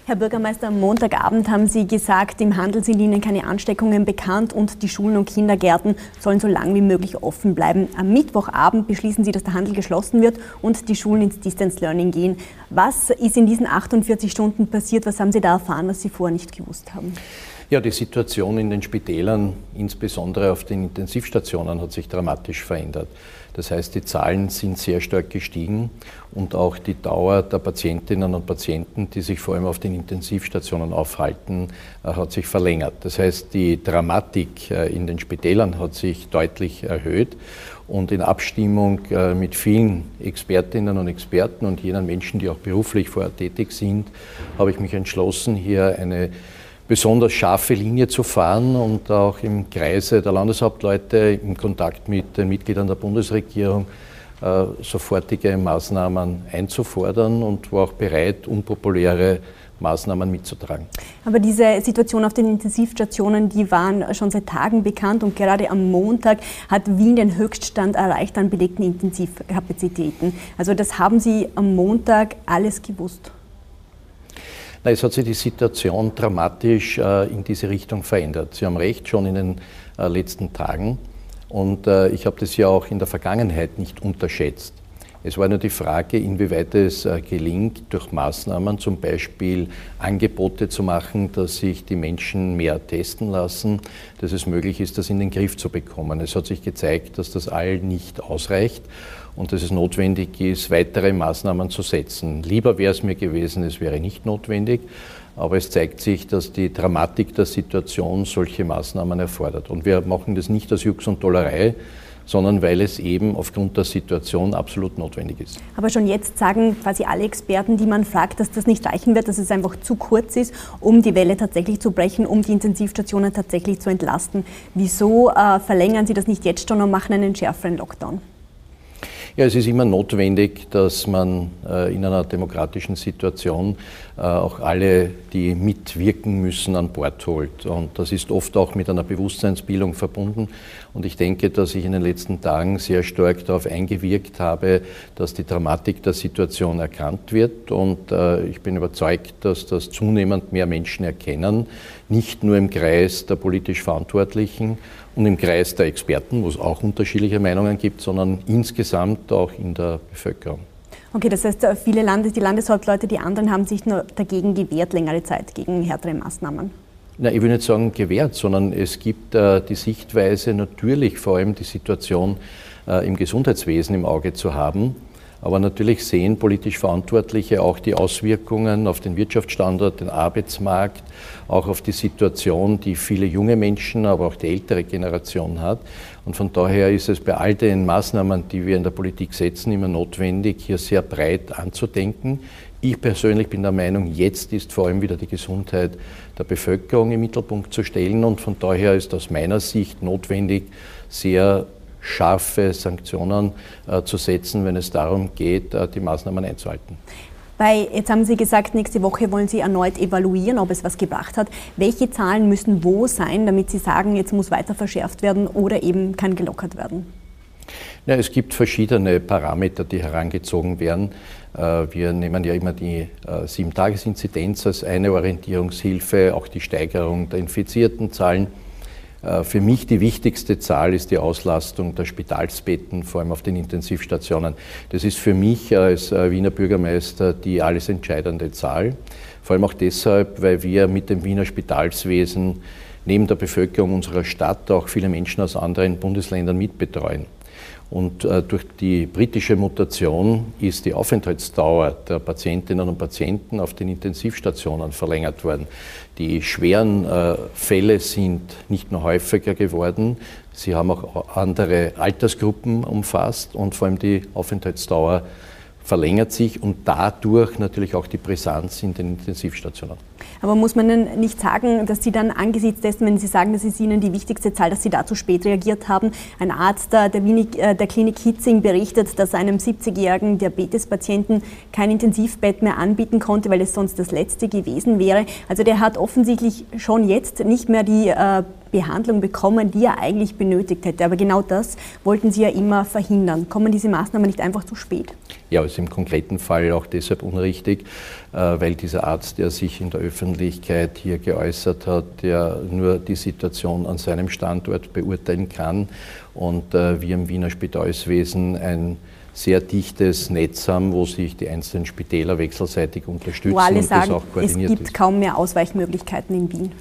Herr Bürgermeister, am Montagabend haben Sie gesagt, im Handel sind Ihnen keine Ansteckungen bekannt und die Schulen und Kindergärten sollen so lange wie möglich offen bleiben. Am Mittwochabend beschließen Sie, dass der Handel geschlossen wird und die Schulen ins Distance Learning gehen. Was ist in diesen 48 Stunden passiert? Was haben Sie da erfahren, was Sie vorher nicht gewusst haben? Ja, die Situation in den Spitälern, insbesondere auf den Intensivstationen, hat sich dramatisch verändert. Das heißt, die Zahlen sind sehr stark gestiegen und auch die Dauer der Patientinnen und Patienten, die sich vor allem auf den Intensivstationen aufhalten, hat sich verlängert. Das heißt, die Dramatik in den Spitälern hat sich deutlich erhöht und in Abstimmung mit vielen Expertinnen und Experten und jenen Menschen, die auch beruflich vor Ort tätig sind, habe ich mich entschlossen, hier eine besonders scharfe Linie zu fahren und auch im Kreise der Landeshauptleute im Kontakt mit den Mitgliedern der Bundesregierung sofortige Maßnahmen einzufordern und war auch bereit, unpopuläre Maßnahmen mitzutragen. Aber diese Situation auf den Intensivstationen, die waren schon seit Tagen bekannt und gerade am Montag hat Wien den Höchststand erreicht an belegten Intensivkapazitäten. Also das haben Sie am Montag alles gewusst? Nein, es hat sich die Situation dramatisch in diese Richtung verändert. Sie haben recht, schon in den letzten Tagen. Und ich habe das ja auch in der Vergangenheit nicht unterschätzt. Es war nur die Frage, inwieweit es gelingt, durch Maßnahmen zum Beispiel Angebote zu machen, dass sich die Menschen mehr testen lassen, dass es möglich ist, das in den Griff zu bekommen. Es hat sich gezeigt, dass das all nicht ausreicht und dass es notwendig ist, weitere Maßnahmen zu setzen. Lieber wäre es mir gewesen, es wäre nicht notwendig, aber es zeigt sich, dass die Dramatik der Situation solche Maßnahmen erfordert. Und wir machen das nicht aus Jux und Tollerei, sondern weil es eben aufgrund der Situation absolut notwendig ist. Aber schon jetzt sagen quasi alle Experten, die man fragt, dass das nicht reichen wird, dass es einfach zu kurz ist, um die Welle tatsächlich zu brechen, um die Intensivstationen tatsächlich zu entlasten. Wieso verlängern Sie das nicht jetzt schon und machen einen schärferen Lockdown? Ja, es ist immer notwendig, dass man in einer demokratischen Situation auch alle, die mitwirken müssen, an Bord holt. Und das ist oft auch mit einer Bewusstseinsbildung verbunden. Und ich denke, dass ich in den letzten Tagen sehr stark darauf eingewirkt habe, dass die Dramatik der Situation erkannt wird. Und ich bin überzeugt, dass das zunehmend mehr Menschen erkennen, nicht nur im Kreis der politisch Verantwortlichen und im Kreis der Experten, wo es auch unterschiedliche Meinungen gibt, sondern insgesamt auch in der Bevölkerung. Okay, das heißt, die Landeshauptleute, die anderen haben sich nur dagegen gewehrt, längere Zeit, gegen härtere Maßnahmen. Na, ich will nicht sagen gewehrt, sondern es gibt die Sichtweise, natürlich vor allem die Situation im Gesundheitswesen im Auge zu haben. Aber natürlich sehen politisch Verantwortliche auch die Auswirkungen auf den Wirtschaftsstandort, den Arbeitsmarkt, auch auf die Situation, die viele junge Menschen, aber auch die ältere Generation hat. Und von daher ist es bei all den Maßnahmen, die wir in der Politik setzen, immer notwendig, hier sehr breit anzudenken. Ich persönlich bin der Meinung, jetzt ist vor allem wieder die Gesundheit der Bevölkerung im Mittelpunkt zu stellen. Und von daher ist aus meiner Sicht notwendig, sehr scharfe Sanktionen zu setzen, wenn es darum geht, die Maßnahmen einzuhalten. Jetzt haben Sie gesagt, nächste Woche wollen Sie erneut evaluieren, ob es was gebracht hat. Welche Zahlen müssen wo sein, damit Sie sagen, jetzt muss weiter verschärft werden oder eben kann gelockert werden? Ja, es gibt verschiedene Parameter, die herangezogen werden. Wir nehmen ja immer die 7-Tages-Inzidenz als eine Orientierungshilfe, auch die Steigerung der infizierten Zahlen. Für mich die wichtigste Zahl ist die Auslastung der Spitalsbetten, vor allem auf den Intensivstationen. Das ist für mich als Wiener Bürgermeister die alles entscheidende Zahl. Vor allem auch deshalb, weil wir mit dem Wiener Spitalswesen neben der Bevölkerung unserer Stadt auch viele Menschen aus anderen Bundesländern mitbetreuen. Und durch die britische Mutation ist die Aufenthaltsdauer der Patientinnen und Patienten auf den Intensivstationen verlängert worden. Die schweren Fälle sind nicht nur häufiger geworden, sie haben auch andere Altersgruppen umfasst und vor allem die Aufenthaltsdauer verlängert sich und dadurch natürlich auch die Brisanz in den Intensivstationen. Aber muss man denn nicht sagen, dass Sie dann angesichts dessen, wenn Sie sagen, das ist Ihnen die wichtigste Zahl, dass Sie da zu spät reagiert haben? Ein Arzt der Klinik Hitzing berichtet, dass einem 70-jährigen Diabetespatienten kein Intensivbett mehr anbieten konnte, weil es sonst das letzte gewesen wäre. Also der hat offensichtlich schon jetzt nicht mehr die Behandlung bekommen, die er eigentlich benötigt hätte. Aber genau das wollten Sie ja immer verhindern. Kommen diese Maßnahmen nicht einfach zu spät? Ja, ist im konkreten Fall auch deshalb unrichtig, weil dieser Arzt, der sich in der Öffentlichkeit hier geäußert hat, ja nur die Situation an seinem Standort beurteilen kann und wir im Wiener Spitalswesen ein sehr dichtes Netz haben, wo sich die einzelnen Spitäler wechselseitig unterstützen wo alle und sagen, das auch koordiniert es gibt kaum mehr Ausweichmöglichkeiten in Wien.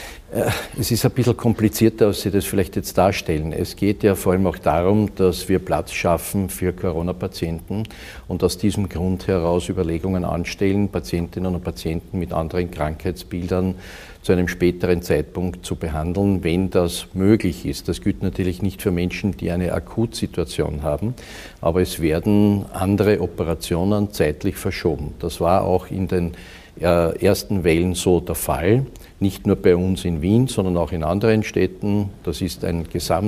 Es ist ein bisschen komplizierter, als Sie das vielleicht jetzt darstellen. Es geht ja vor allem auch darum, dass wir Platz schaffen für Corona-Patienten und aus diesem Grund heraus Überlegungen anstellen, Patientinnen und Patienten mit anderen Krankheitsbildern zu einem späteren Zeitpunkt zu behandeln, wenn das möglich ist. Das gilt natürlich nicht für Menschen, die eine Akutsituation haben, aber es werden andere Operationen zeitlich verschoben. Das war auch in den ersten Wellen so der Fall. Nicht nur bei uns in Wien, sondern auch in anderen Städten. Das ist ein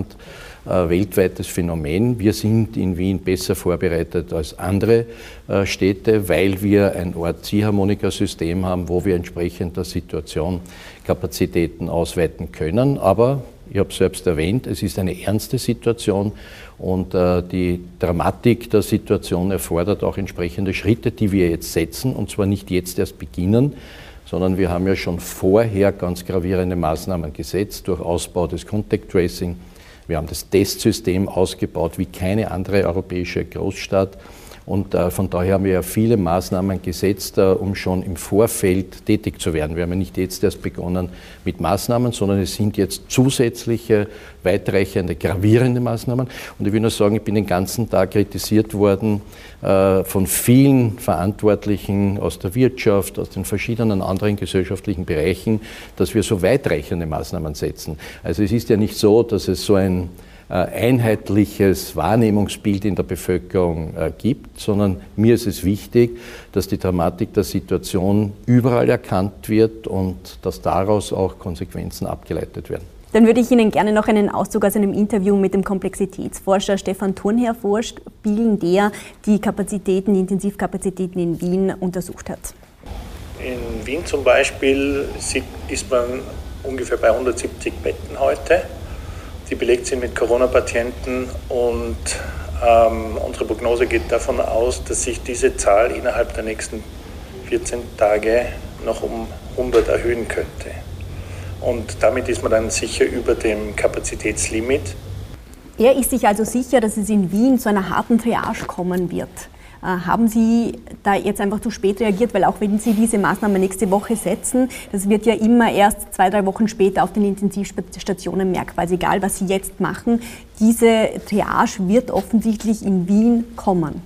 weltweites Phänomen. Wir sind in Wien besser vorbereitet als andere Städte, weil wir ein Ort-Ziehharmonika-System haben, wo wir entsprechend der Situation Kapazitäten ausweiten können. Aber ich habe es selbst erwähnt, es ist eine ernste Situation und die Dramatik der Situation erfordert auch entsprechende Schritte, die wir jetzt setzen, und zwar nicht jetzt erst beginnen, sondern wir haben ja schon vorher ganz gravierende Maßnahmen gesetzt durch Ausbau des Contact Tracing. Wir haben das Testsystem ausgebaut wie keine andere europäische Großstadt. Und von daher haben wir ja viele Maßnahmen gesetzt, um schon im Vorfeld tätig zu werden. Wir haben ja nicht jetzt erst begonnen mit Maßnahmen, sondern es sind jetzt zusätzliche, weitreichende, gravierende Maßnahmen. Und ich will nur sagen, ich bin den ganzen Tag kritisiert worden von vielen Verantwortlichen aus der Wirtschaft, aus den verschiedenen anderen gesellschaftlichen Bereichen, dass wir so weitreichende Maßnahmen setzen. Also es ist ja nicht so, dass es so ein einheitliches Wahrnehmungsbild in der Bevölkerung gibt, sondern mir ist es wichtig, dass die Dramatik der Situation überall erkannt wird und dass daraus auch Konsequenzen abgeleitet werden. Dann würde ich Ihnen gerne noch einen Auszug aus einem Interview mit dem Komplexitätsforscher Stefan Thurnherr vorspielen, der die Intensivkapazitäten in Wien untersucht hat. In Wien zum Beispiel ist man ungefähr bei 170 Betten heute, die belegt sind mit Corona-Patienten, und unsere Prognose geht davon aus, dass sich diese Zahl innerhalb der nächsten 14 Tage noch um 100 erhöhen könnte. Und damit ist man dann sicher über dem Kapazitätslimit. Er ist sich also sicher, dass es in Wien zu einer harten Triage kommen wird. Haben Sie da jetzt einfach zu spät reagiert? Weil auch wenn Sie diese Maßnahmen nächste Woche setzen, das wird ja immer erst 2-3 Wochen später auf den Intensivstationen merkbar. Also egal, was Sie jetzt machen, diese Triage wird offensichtlich in Wien kommen.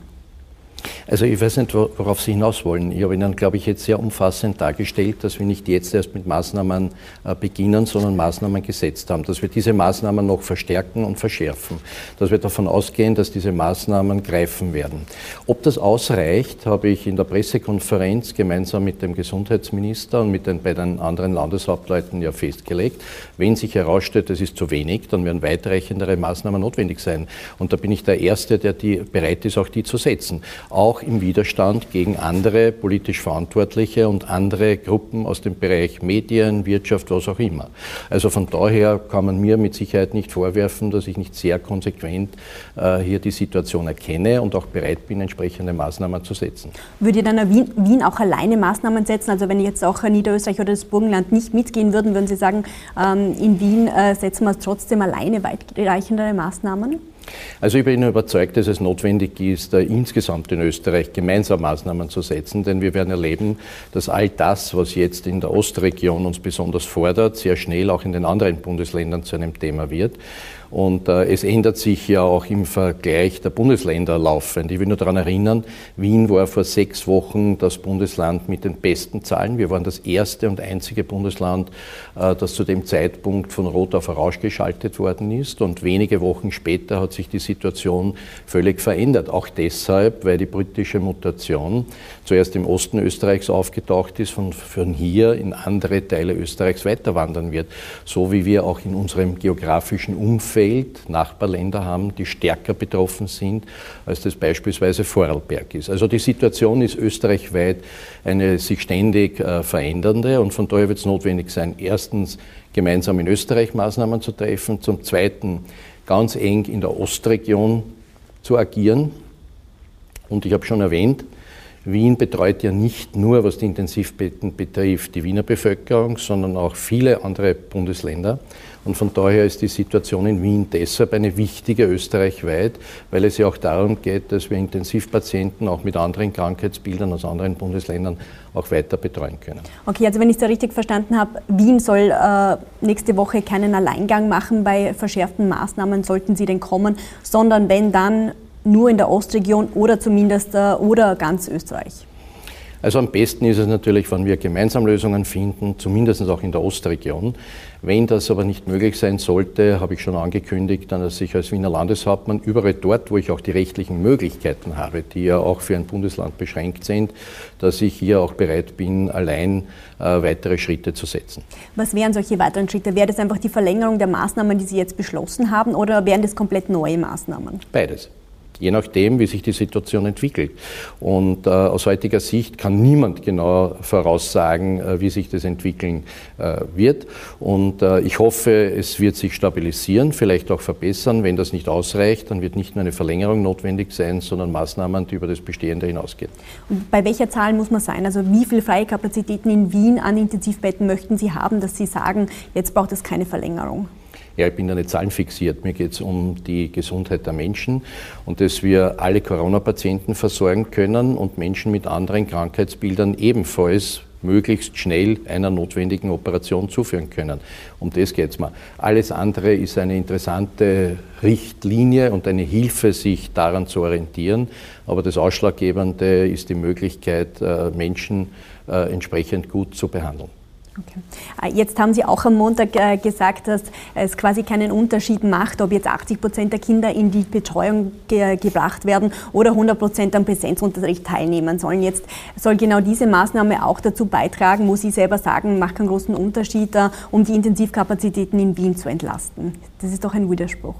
Also ich weiß nicht, worauf Sie hinaus wollen. Ich habe Ihnen, glaube ich, jetzt sehr umfassend dargestellt, dass wir nicht jetzt erst mit Maßnahmen beginnen, sondern Maßnahmen gesetzt haben, dass wir diese Maßnahmen noch verstärken und verschärfen, dass wir davon ausgehen, dass diese Maßnahmen greifen werden. Ob das ausreicht, habe ich in der Pressekonferenz gemeinsam mit dem Gesundheitsminister und mit den beiden anderen Landeshauptleuten ja festgelegt. Wenn sich herausstellt, es ist zu wenig, dann werden weitreichendere Maßnahmen notwendig sein. Und da bin ich der Erste, der bereit ist, auch die zu setzen. Auch im Widerstand gegen andere politisch Verantwortliche und andere Gruppen aus dem Bereich Medien, Wirtschaft, was auch immer. Also von daher kann man mir mit Sicherheit nicht vorwerfen, dass ich nicht sehr konsequent hier die Situation erkenne und auch bereit bin, entsprechende Maßnahmen zu setzen. Würde dann Wien auch alleine Maßnahmen setzen? Also wenn jetzt auch Niederösterreich oder das Burgenland nicht mitgehen würden, würden Sie sagen, in Wien setzen wir trotzdem alleine weitreichendere Maßnahmen? Also ich bin überzeugt, dass es notwendig ist, insgesamt in Österreich gemeinsam Maßnahmen zu setzen, denn wir werden erleben, dass all das, was jetzt in der Ostregion uns besonders fordert, sehr schnell auch in den anderen Bundesländern zu einem Thema wird. Und es ändert sich ja auch im Vergleich der Bundesländer laufend. Ich will nur daran erinnern, Wien war vor 6 Wochen das Bundesland mit den besten Zahlen. Wir waren das erste und einzige Bundesland, das zu dem Zeitpunkt von Rot auf Orange geschaltet worden ist. Und wenige Wochen später hat sich die Situation völlig verändert. Auch deshalb, weil die britische Mutation zuerst im Osten Österreichs aufgetaucht ist, von hier in andere Teile Österreichs weiterwandern wird. So wie wir auch in unserem geografischen Umfeld Nachbarländer haben, die stärker betroffen sind, als das beispielsweise Vorarlberg ist. Also die Situation ist österreichweit eine sich ständig verändernde, und von daher wird es notwendig sein, erstens gemeinsam in Österreich Maßnahmen zu treffen, zum Zweiten ganz eng in der Ostregion zu agieren. Und ich habe schon erwähnt, Wien betreut ja nicht nur, was die Intensivbetten betrifft, die Wiener Bevölkerung, sondern auch viele andere Bundesländer. Und von daher ist die Situation in Wien deshalb eine wichtige österreichweit, weil es ja auch darum geht, dass wir Intensivpatienten auch mit anderen Krankheitsbildern aus anderen Bundesländern auch weiter betreuen können. Okay, also wenn ich es da richtig verstanden habe, Wien soll nächste Woche keinen Alleingang machen bei verschärften Maßnahmen, sollten sie denn kommen, sondern wenn dann nur in der Ostregion oder zumindest oder ganz Österreich? Also am besten ist es natürlich, wenn wir gemeinsam Lösungen finden, zumindest auch in der Ostregion. Wenn das aber nicht möglich sein sollte, habe ich schon angekündigt, dass ich als Wiener Landeshauptmann überall dort, wo ich auch die rechtlichen Möglichkeiten habe, die ja auch für ein Bundesland beschränkt sind, dass ich hier auch bereit bin, allein weitere Schritte zu setzen. Was wären solche weiteren Schritte? Wäre das einfach die Verlängerung der Maßnahmen, die Sie jetzt beschlossen haben, oder wären das komplett neue Maßnahmen? Beides. Je nachdem, wie sich die Situation entwickelt. Und aus heutiger Sicht kann niemand genau voraussagen, wie sich das entwickeln wird. Und ich hoffe, es wird sich stabilisieren, vielleicht auch verbessern. Wenn das nicht ausreicht, dann wird nicht nur eine Verlängerung notwendig sein, sondern Maßnahmen, die über das Bestehende hinausgehen. Und bei welcher Zahl muss man sein? Also wie viele freie Kapazitäten in Wien an Intensivbetten möchten Sie haben, dass Sie sagen, jetzt braucht es keine Verlängerung? Ja, ich bin da nicht zahlenfixiert. Mir geht es um die Gesundheit der Menschen und dass wir alle Corona-Patienten versorgen können und Menschen mit anderen Krankheitsbildern ebenfalls möglichst schnell einer notwendigen Operation zuführen können. Um das geht es mir. Alles andere ist eine interessante Richtlinie und eine Hilfe, sich daran zu orientieren. Aber das Ausschlaggebende ist die Möglichkeit, Menschen entsprechend gut zu behandeln. Okay. Jetzt haben Sie auch am Montag gesagt, dass es quasi keinen Unterschied macht, ob jetzt 80% der Kinder in die Betreuung gebracht werden oder 100% am Präsenzunterricht teilnehmen sollen. Jetzt soll genau diese Maßnahme auch dazu beitragen, wo Sie selber sagen, macht keinen großen Unterschied, um die Intensivkapazitäten in Wien zu entlasten. Das ist doch ein Widerspruch.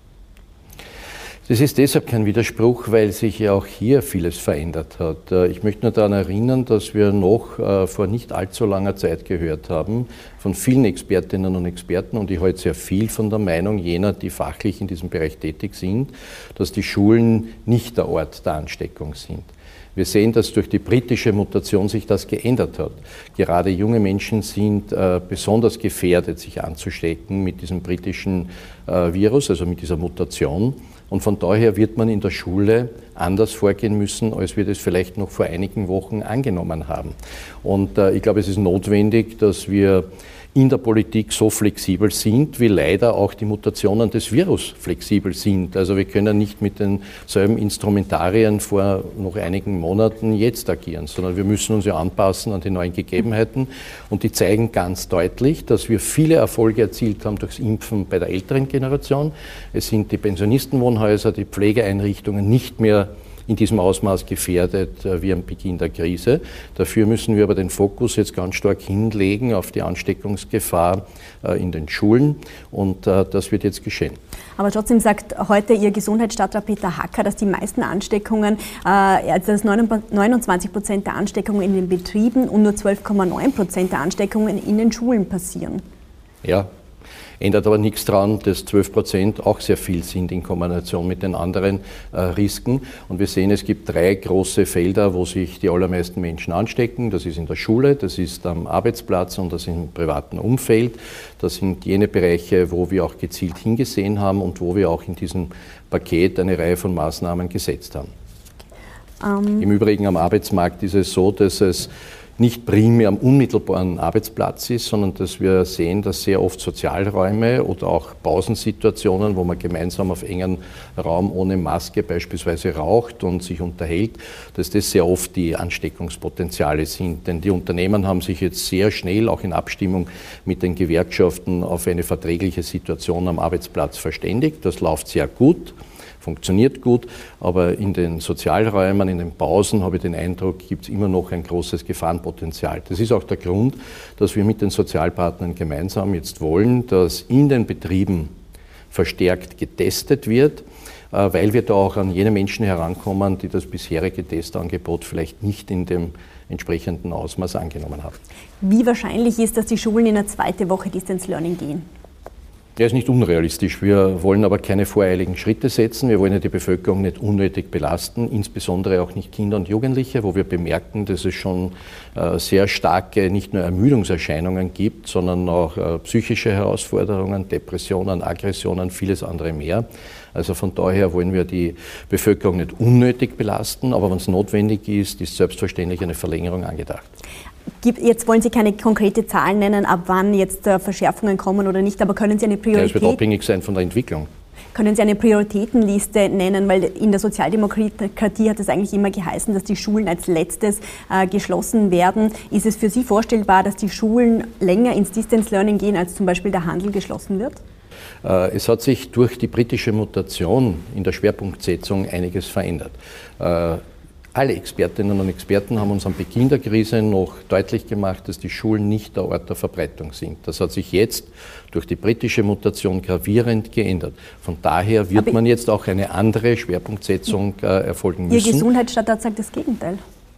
Das ist deshalb kein Widerspruch, weil sich ja auch hier vieles verändert hat. Ich möchte nur daran erinnern, dass wir noch vor nicht allzu langer Zeit gehört haben von vielen Expertinnen und Experten, und ich halte sehr viel von der Meinung jener, die fachlich in diesem Bereich tätig sind, dass die Schulen nicht der Ort der Ansteckung sind. Wir sehen, dass durch die britische Mutation sich das geändert hat. Gerade junge Menschen sind besonders gefährdet, sich anzustecken mit diesem britischen Virus, also mit dieser Mutation. Und von daher wird man in der Schule anders vorgehen müssen, als wir das vielleicht noch vor einigen Wochen angenommen haben. Und ich glaube, es ist notwendig, dass wir in der Politik so flexibel sind, wie leider auch die Mutationen des Virus flexibel sind. Also wir können nicht mit denselben Instrumentarien vor noch einigen Monaten jetzt agieren, sondern wir müssen uns ja anpassen an die neuen Gegebenheiten. Und die zeigen ganz deutlich, dass wir viele Erfolge erzielt haben durchs Impfen bei der älteren Generation. Es sind die Pensionistenwohnhäuser, die Pflegeeinrichtungen nicht mehr in diesem Ausmaß gefährdet wie am Beginn der Krise. Dafür müssen wir aber den Fokus jetzt ganz stark hinlegen auf die Ansteckungsgefahr in den Schulen, und das wird jetzt geschehen. Aber trotzdem sagt heute Ihr Gesundheitsstadtrat Peter Hacker, dass die meisten Ansteckungen, also dass 29% der Ansteckungen in den Betrieben und nur 12,9% der Ansteckungen in den Schulen passieren. Ja. Ändert aber nichts daran, dass 12% auch sehr viel sind in Kombination mit den anderen Risiken. Und wir sehen, es gibt 3 große Felder, wo sich die allermeisten Menschen anstecken. Das ist in der Schule, das ist am Arbeitsplatz und das im privaten Umfeld. Das sind jene Bereiche, wo wir auch gezielt hingesehen haben und wo wir auch in diesem Paket eine Reihe von Maßnahmen gesetzt haben. Im Übrigen am Arbeitsmarkt ist es so, dass es nicht primär am unmittelbaren Arbeitsplatz ist, sondern dass wir sehen, dass sehr oft Sozialräume oder auch Pausensituationen, wo man gemeinsam auf engen Raum ohne Maske beispielsweise raucht und sich unterhält, dass das sehr oft die Ansteckungspotenziale sind. Denn die Unternehmen haben sich jetzt sehr schnell, auch in Abstimmung mit den Gewerkschaften, auf eine verträgliche Situation am Arbeitsplatz verständigt. Das läuft sehr gut. Funktioniert gut, aber in den Sozialräumen, in den Pausen habe ich den Eindruck, gibt es immer noch ein großes Gefahrenpotenzial. Das ist auch der Grund, dass wir mit den Sozialpartnern gemeinsam jetzt wollen, dass in den Betrieben verstärkt getestet wird, weil wir da auch an jene Menschen herankommen, die das bisherige Testangebot vielleicht nicht in dem entsprechenden Ausmaß angenommen haben. Wie wahrscheinlich ist, dass die Schulen in eine zweite Woche Distance Learning gehen? Er ist nicht unrealistisch. Wir wollen aber keine voreiligen Schritte setzen. Wir wollen ja die Bevölkerung nicht unnötig belasten, insbesondere auch nicht Kinder und Jugendliche, wo wir bemerken, dass es schon sehr starke, nicht nur Ermüdungserscheinungen gibt, sondern auch psychische Herausforderungen, Depressionen, Aggressionen, vieles andere mehr. Also von daher wollen wir die Bevölkerung nicht unnötig belasten, aber wenn es notwendig ist, ist selbstverständlich eine Verlängerung angedacht. Jetzt wollen Sie keine konkrete Zahl nennen, ab wann jetzt Verschärfungen kommen oder nicht, aber können Sie eine Priorität... Ja, es wird abhängig sein von der Entwicklung. Können Sie eine Prioritätenliste nennen, weil in der Sozialdemokratie hat es eigentlich immer geheißen, dass die Schulen als letztes geschlossen werden. Ist es für Sie vorstellbar, dass die Schulen länger ins Distance Learning gehen, als zum Beispiel der Handel geschlossen wird? Es hat sich durch die britische Mutation in der Schwerpunktsetzung einiges verändert. Alle Expertinnen und Experten haben uns am Beginn der Krise noch deutlich gemacht, dass die Schulen nicht der Ort der Verbreitung sind. Das hat sich jetzt durch die britische Mutation gravierend geändert. Von daher wird man jetzt auch eine andere Schwerpunktsetzung erfolgen müssen. Ihr Gesundheitsstadtrat sagt das Gegenteil.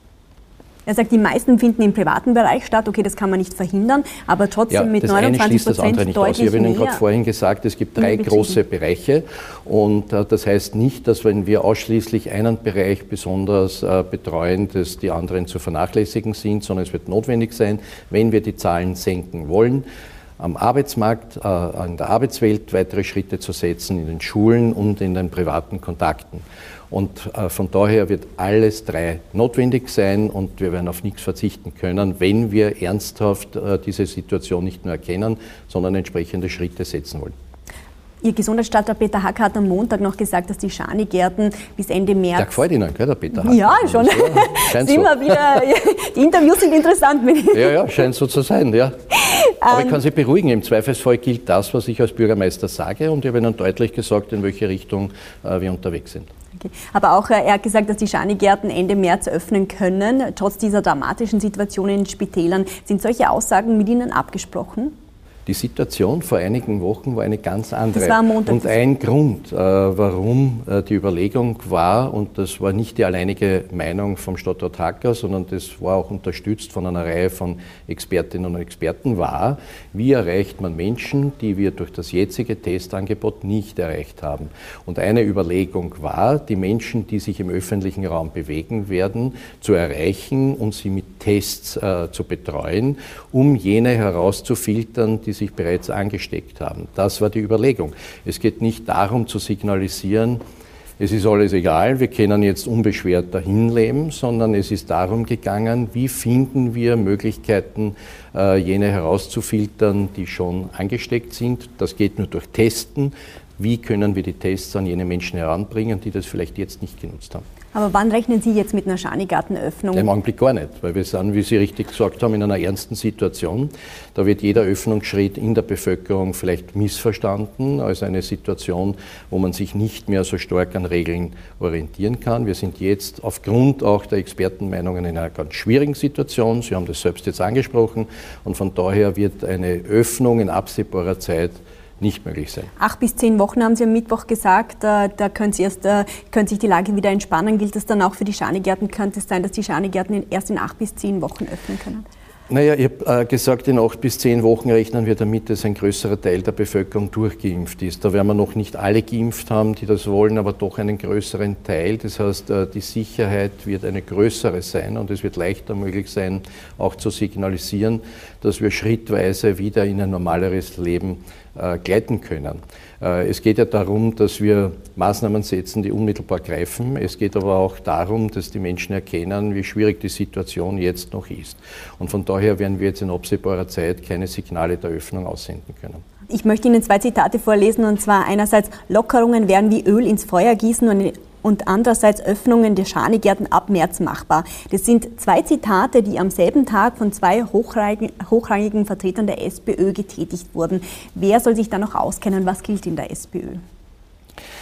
Er sagt, die meisten finden im privaten Bereich statt. Okay, das kann man nicht verhindern, aber trotzdem mit 29% deutlich mehr. Das eine schließt das andere nicht aus. Ich habe Ihnen gerade vorhin gesagt, es gibt 3 große Bereiche und das heißt nicht, dass wenn wir ausschließlich einen Bereich besonders betreuen, dass die anderen zu vernachlässigen sind, sondern es wird notwendig sein, wenn wir die Zahlen senken wollen, am Arbeitsmarkt, in der Arbeitswelt weitere Schritte zu setzen, in den Schulen und in den privaten Kontakten. Und von daher wird alles 3 notwendig sein und wir werden auf nichts verzichten können, wenn wir ernsthaft diese Situation nicht nur erkennen, sondern entsprechende Schritte setzen wollen. Ihr Gesundheitsstadtrat Peter Hacker hat am Montag noch gesagt, dass die Schanigärten bis Ende März... Der gefällt Ihnen, gell, der Peter Hacker? Ja, schon. Ja, so. Wieder, die Interviews sind interessant. Ja, scheint so zu sein, ja. Aber ich kann Sie beruhigen, im Zweifelsfall gilt das, was ich als Bürgermeister sage und ich habe Ihnen deutlich gesagt, in welche Richtung wir unterwegs sind. Okay. Aber auch er hat gesagt, dass die Schanigärten Ende März öffnen können, trotz dieser dramatischen Situation in den Spitälern. Sind solche Aussagen mit Ihnen abgesprochen? Die Situation vor einigen Wochen war eine ganz andere. Das war am Montag. Und ein Grund, warum die Überlegung war, und das war nicht die alleinige Meinung vom Stadtrat Hacker, sondern das war auch unterstützt von einer Reihe von Expertinnen und Experten, war, wie erreicht man Menschen, die wir durch das jetzige Testangebot nicht erreicht haben. Und eine Überlegung war, die Menschen, die sich im öffentlichen Raum bewegen werden, zu erreichen und sie mit Tests zu betreuen, um jene herauszufiltern, die sich bereits angesteckt haben. Das war die Überlegung. Es geht nicht darum zu signalisieren, es ist alles egal, wir können jetzt unbeschwert dahin leben, sondern es ist darum gegangen, wie finden wir Möglichkeiten, jene herauszufiltern, die schon angesteckt sind. Das geht nur durch Testen. Wie können wir die Tests an jene Menschen heranbringen, die das vielleicht jetzt nicht genutzt haben? Aber wann rechnen Sie jetzt mit einer Schanigartenöffnung? Im Augenblick gar nicht, weil wir sind, wie Sie richtig gesagt haben, in einer ernsten Situation. Da wird jeder Öffnungsschritt in der Bevölkerung vielleicht missverstanden als eine Situation, wo man sich nicht mehr so stark an Regeln orientieren kann. Wir sind jetzt aufgrund auch der Expertenmeinungen in einer ganz schwierigen Situation. Sie haben das selbst jetzt angesprochen und von daher wird eine Öffnung in absehbarer Zeit nicht möglich sein. 8 bis 10 Wochen haben Sie am Mittwoch gesagt, da könnte sich die Lage wieder entspannen. Gilt das dann auch für die Schanigärten? Könnte es sein, dass die Schanigärten erst in 8 bis 10 Wochen öffnen können? Naja, ich habe gesagt, in 8 bis 10 Wochen rechnen wir damit, dass ein größerer Teil der Bevölkerung durchgeimpft ist. Da werden wir noch nicht alle geimpft haben, die das wollen, aber doch einen größeren Teil. Das heißt, die Sicherheit wird eine größere sein und es wird leichter möglich sein, auch zu signalisieren, dass wir schrittweise wieder in ein normaleres Leben gleiten können. Es geht ja darum, dass wir Maßnahmen setzen, die unmittelbar greifen. Es geht aber auch darum, dass die Menschen erkennen, wie schwierig die Situation jetzt noch ist. Und von daher werden wir jetzt in absehbarer Zeit keine Signale der Öffnung aussenden können. Ich möchte Ihnen 2 Zitate vorlesen, und zwar einerseits: Lockerungen werden wie Öl ins Feuer gießen und andererseits Öffnungen der Schanigärten ab März machbar. Das sind 2 Zitate, die am selben Tag von 2 hochrangigen Vertretern der SPÖ getätigt wurden. Wer soll sich da noch auskennen? Was gilt in der SPÖ?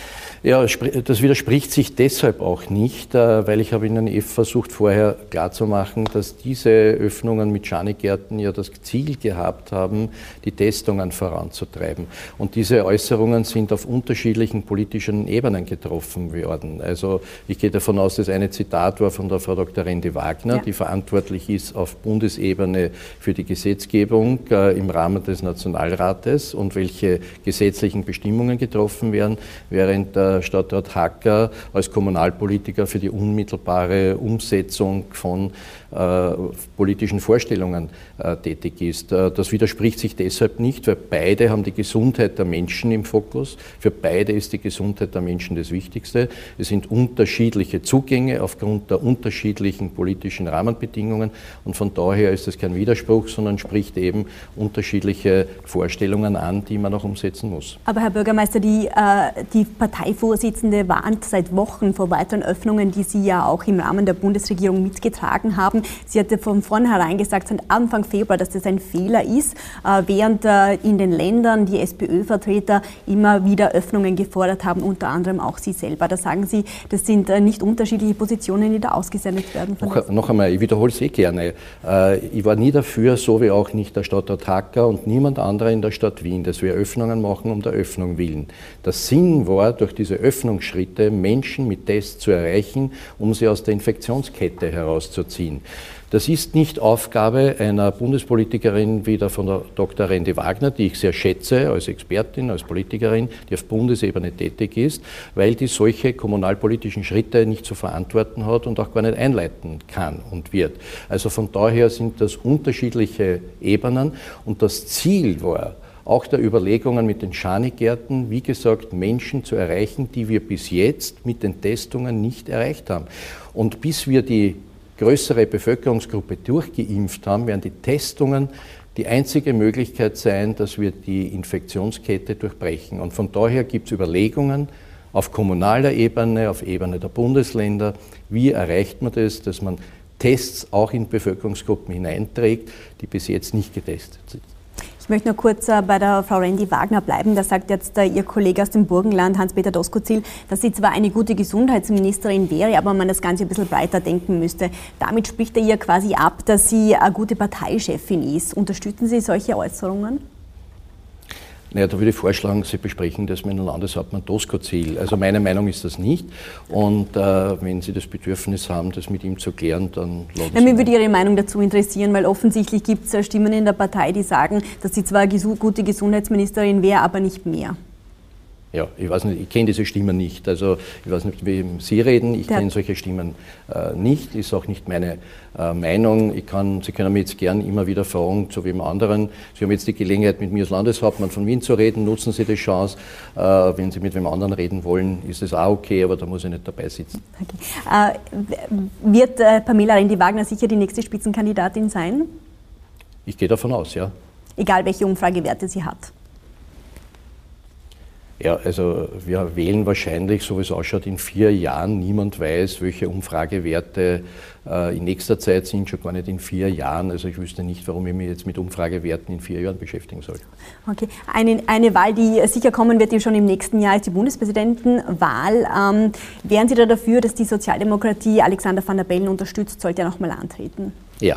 Ja, das widerspricht sich deshalb auch nicht, weil ich habe Ihnen versucht vorher klarzumachen, dass diese Öffnungen mit Schanigärten ja das Ziel gehabt haben, die Testungen voranzutreiben. Und diese Äußerungen sind auf unterschiedlichen politischen Ebenen getroffen worden. Also ich gehe davon aus, das eine Zitat war von der Frau Dr. Rendi Wagner, die verantwortlich ist auf Bundesebene für die Gesetzgebung im Rahmen des Nationalrates und welche gesetzlichen Bestimmungen getroffen werden, während Stadtrat Hacker als Kommunalpolitiker für die unmittelbare Umsetzung von politischen Vorstellungen tätig ist. Das widerspricht sich deshalb nicht, weil beide haben die Gesundheit der Menschen im Fokus. Für beide ist die Gesundheit der Menschen das Wichtigste. Es sind unterschiedliche Zugänge aufgrund der unterschiedlichen politischen Rahmenbedingungen und von daher ist das kein Widerspruch, sondern spricht eben unterschiedliche Vorstellungen an, die man auch umsetzen muss. Aber Herr Bürgermeister, die Parteivorsitzende warnt seit Wochen vor weiteren Öffnungen, die Sie ja auch im Rahmen der Bundesregierung mitgetragen haben. Sie hatte von vornherein gesagt, seit Anfang Februar, dass das ein Fehler ist, während in den Ländern die SPÖ-Vertreter immer wieder Öffnungen gefordert haben, unter anderem auch Sie selber. Da sagen Sie, das sind nicht unterschiedliche Positionen, die da ausgesendet werden. Noch einmal, ich wiederhole es gerne. Ich war nie dafür, so wie auch nicht der Stadtrat Hacker und niemand anderer in der Stadt Wien, dass wir Öffnungen machen um der Öffnung willen. Der Sinn war, durch diese Öffnungsschritte Menschen mit Tests zu erreichen, um sie aus der Infektionskette herauszuziehen. Das ist nicht Aufgabe einer Bundespolitikerin wie der von der Dr. Rendi Wagner, die ich sehr schätze als Expertin, als Politikerin, die auf Bundesebene tätig ist, weil die solche kommunalpolitischen Schritte nicht zu verantworten hat und auch gar nicht einleiten kann und wird. Also von daher sind das unterschiedliche Ebenen und das Ziel war, auch der Überlegungen mit den Schanigärten, wie gesagt, Menschen zu erreichen, die wir bis jetzt mit den Testungen nicht erreicht haben. Und bis wir die größere Bevölkerungsgruppe durchgeimpft haben, werden die Testungen die einzige Möglichkeit sein, dass wir die Infektionskette durchbrechen. Und von daher gibt es Überlegungen auf kommunaler Ebene, auf Ebene der Bundesländer, wie erreicht man das, dass man Tests auch in Bevölkerungsgruppen hineinträgt, die bis jetzt nicht getestet sind. Ich möchte nur kurz bei der Frau Rendi Wagner bleiben. Da sagt jetzt Ihr Kollege aus dem Burgenland, Hans-Peter Doskozil, dass sie zwar eine gute Gesundheitsministerin wäre, aber man das Ganze ein bisschen breiter denken müsste. Damit spricht er ihr quasi ab, dass sie eine gute Parteichefin ist. Unterstützen Sie solche Äußerungen? Naja, da würde ich vorschlagen, Sie besprechen das mit dem Landeshauptmann Doskozil. Also meine Meinung ist das nicht. Und wenn Sie das Bedürfnis haben, das mit ihm zu klären, dann lassen Sie mich würde Ihre Meinung dazu interessieren, weil offensichtlich gibt es Stimmen in der Partei, die sagen, dass sie zwar eine gute Gesundheitsministerin wäre, aber nicht mehr. Ja, ich weiß nicht, ich kenne diese Stimmen nicht. Also ich weiß nicht, wie Sie reden, ich kenne solche Stimmen nicht, ist auch nicht meine Meinung. Sie können mich jetzt gern immer wieder fragen, zu wem anderen. Sie haben jetzt die Gelegenheit, mit mir als Landeshauptmann von Wien zu reden, nutzen Sie die Chance. Wenn Sie mit wem anderen reden wollen, ist es auch okay, aber da muss ich nicht dabei sitzen. Okay. Wird Pamela Rendi Wagner sicher die nächste Spitzenkandidatin sein? Ich gehe davon aus, ja. Egal, welche Umfragewerte sie hat. Ja, also wir wählen wahrscheinlich, so wie es ausschaut, in 4 Jahren. Niemand weiß, welche Umfragewerte in nächster Zeit sind, schon gar nicht in 4 Jahren. Also ich wüsste nicht, warum ich mich jetzt mit Umfragewerten in 4 Jahren beschäftigen soll. Okay, eine Wahl, die sicher kommen wird, die schon im nächsten Jahr ist die Bundespräsidentenwahl. Wären Sie da dafür, dass die Sozialdemokratie Alexander Van der Bellen unterstützt? Sollte er nochmal antreten? Ja.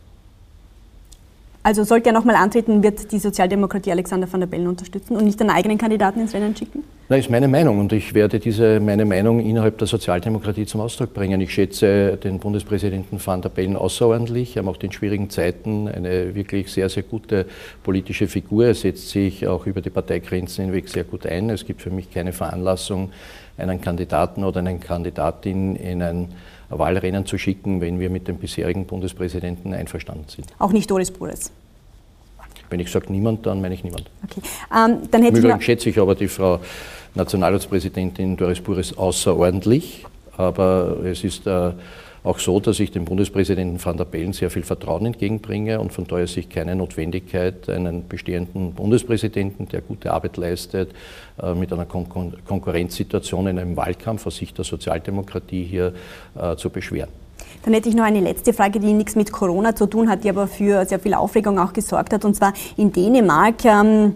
Also sollte er nochmal antreten, wird die Sozialdemokratie Alexander Van der Bellen unterstützen und nicht einen eigenen Kandidaten ins Rennen schicken? Das ist meine Meinung und ich werde meine Meinung innerhalb der Sozialdemokratie zum Ausdruck bringen. Ich schätze den Bundespräsidenten Van der Bellen außerordentlich. Er macht in schwierigen Zeiten eine wirklich sehr, sehr gute politische Figur. Er setzt sich auch über die Parteigrenzen hinweg sehr gut ein. Es gibt für mich keine Veranlassung, einen Kandidaten oder eine Kandidatin in ein Wahlrennen zu schicken, wenn wir mit dem bisherigen Bundespräsidenten einverstanden sind. Auch nicht Doris Burres? Wenn ich sage niemand, dann meine ich niemand. Okay. Dann hätte schätze ich aber die Frau Nationalratspräsidentin Doris Burres außerordentlich. Aber es ist auch so, dass ich dem Bundespräsidenten Van der Bellen sehr viel Vertrauen entgegenbringe und von daher sehe ich keine Notwendigkeit, einen bestehenden Bundespräsidenten, der gute Arbeit leistet, mit einer Konkurrenzsituation in einem Wahlkampf aus Sicht der Sozialdemokratie hier zu beschweren. Dann hätte ich noch eine letzte Frage, die nichts mit Corona zu tun hat, die aber für sehr viel Aufregung auch gesorgt hat. Und zwar in Dänemark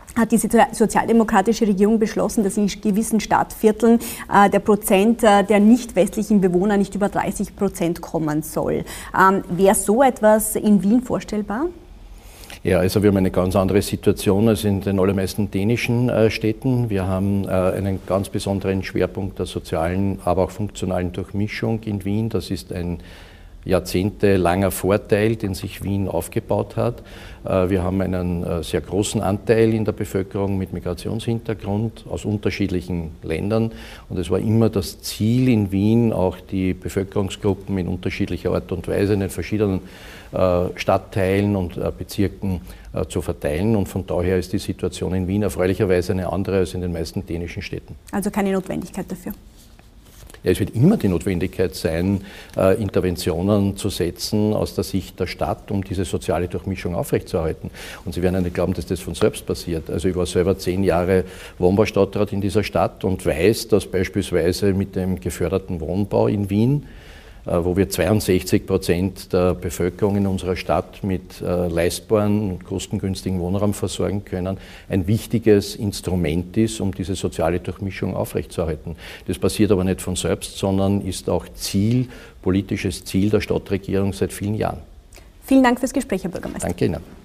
hat die sozialdemokratische Regierung beschlossen, dass in gewissen Stadtvierteln der Prozent der nicht westlichen Bewohner nicht über 30% kommen soll. Wäre so etwas in Wien vorstellbar? Ja, also wir haben eine ganz andere Situation als in den allermeisten dänischen Städten. Wir haben einen ganz besonderen Schwerpunkt der sozialen, aber auch funktionalen Durchmischung in Wien. Das ist ein jahrzehntelanger Vorteil, den sich Wien aufgebaut hat. Wir haben einen sehr großen Anteil in der Bevölkerung mit Migrationshintergrund aus unterschiedlichen Ländern. Und es war immer das Ziel in Wien, auch die Bevölkerungsgruppen in unterschiedlicher Art und Weise in den verschiedenen Stadtteilen und Bezirken zu verteilen. Und von daher ist die Situation in Wien erfreulicherweise eine andere als in den meisten dänischen Städten. Also keine Notwendigkeit dafür? Ja, es wird immer die Notwendigkeit sein, Interventionen zu setzen aus der Sicht der Stadt, um diese soziale Durchmischung aufrechtzuerhalten. Und Sie werden ja nicht glauben, dass das von selbst passiert. Also ich war selber 10 Jahre Wohnbaustadtrat in dieser Stadt und weiß, dass beispielsweise mit dem geförderten Wohnbau in Wien, wo wir 62% der Bevölkerung in unserer Stadt mit leistbaren und kostengünstigen Wohnraum versorgen können, ein wichtiges Instrument ist, um diese soziale Durchmischung aufrechtzuerhalten. Das passiert aber nicht von selbst, sondern ist auch politisches Ziel der Stadtregierung seit vielen Jahren. Vielen Dank fürs Gespräch, Herr Bürgermeister. Danke Ihnen.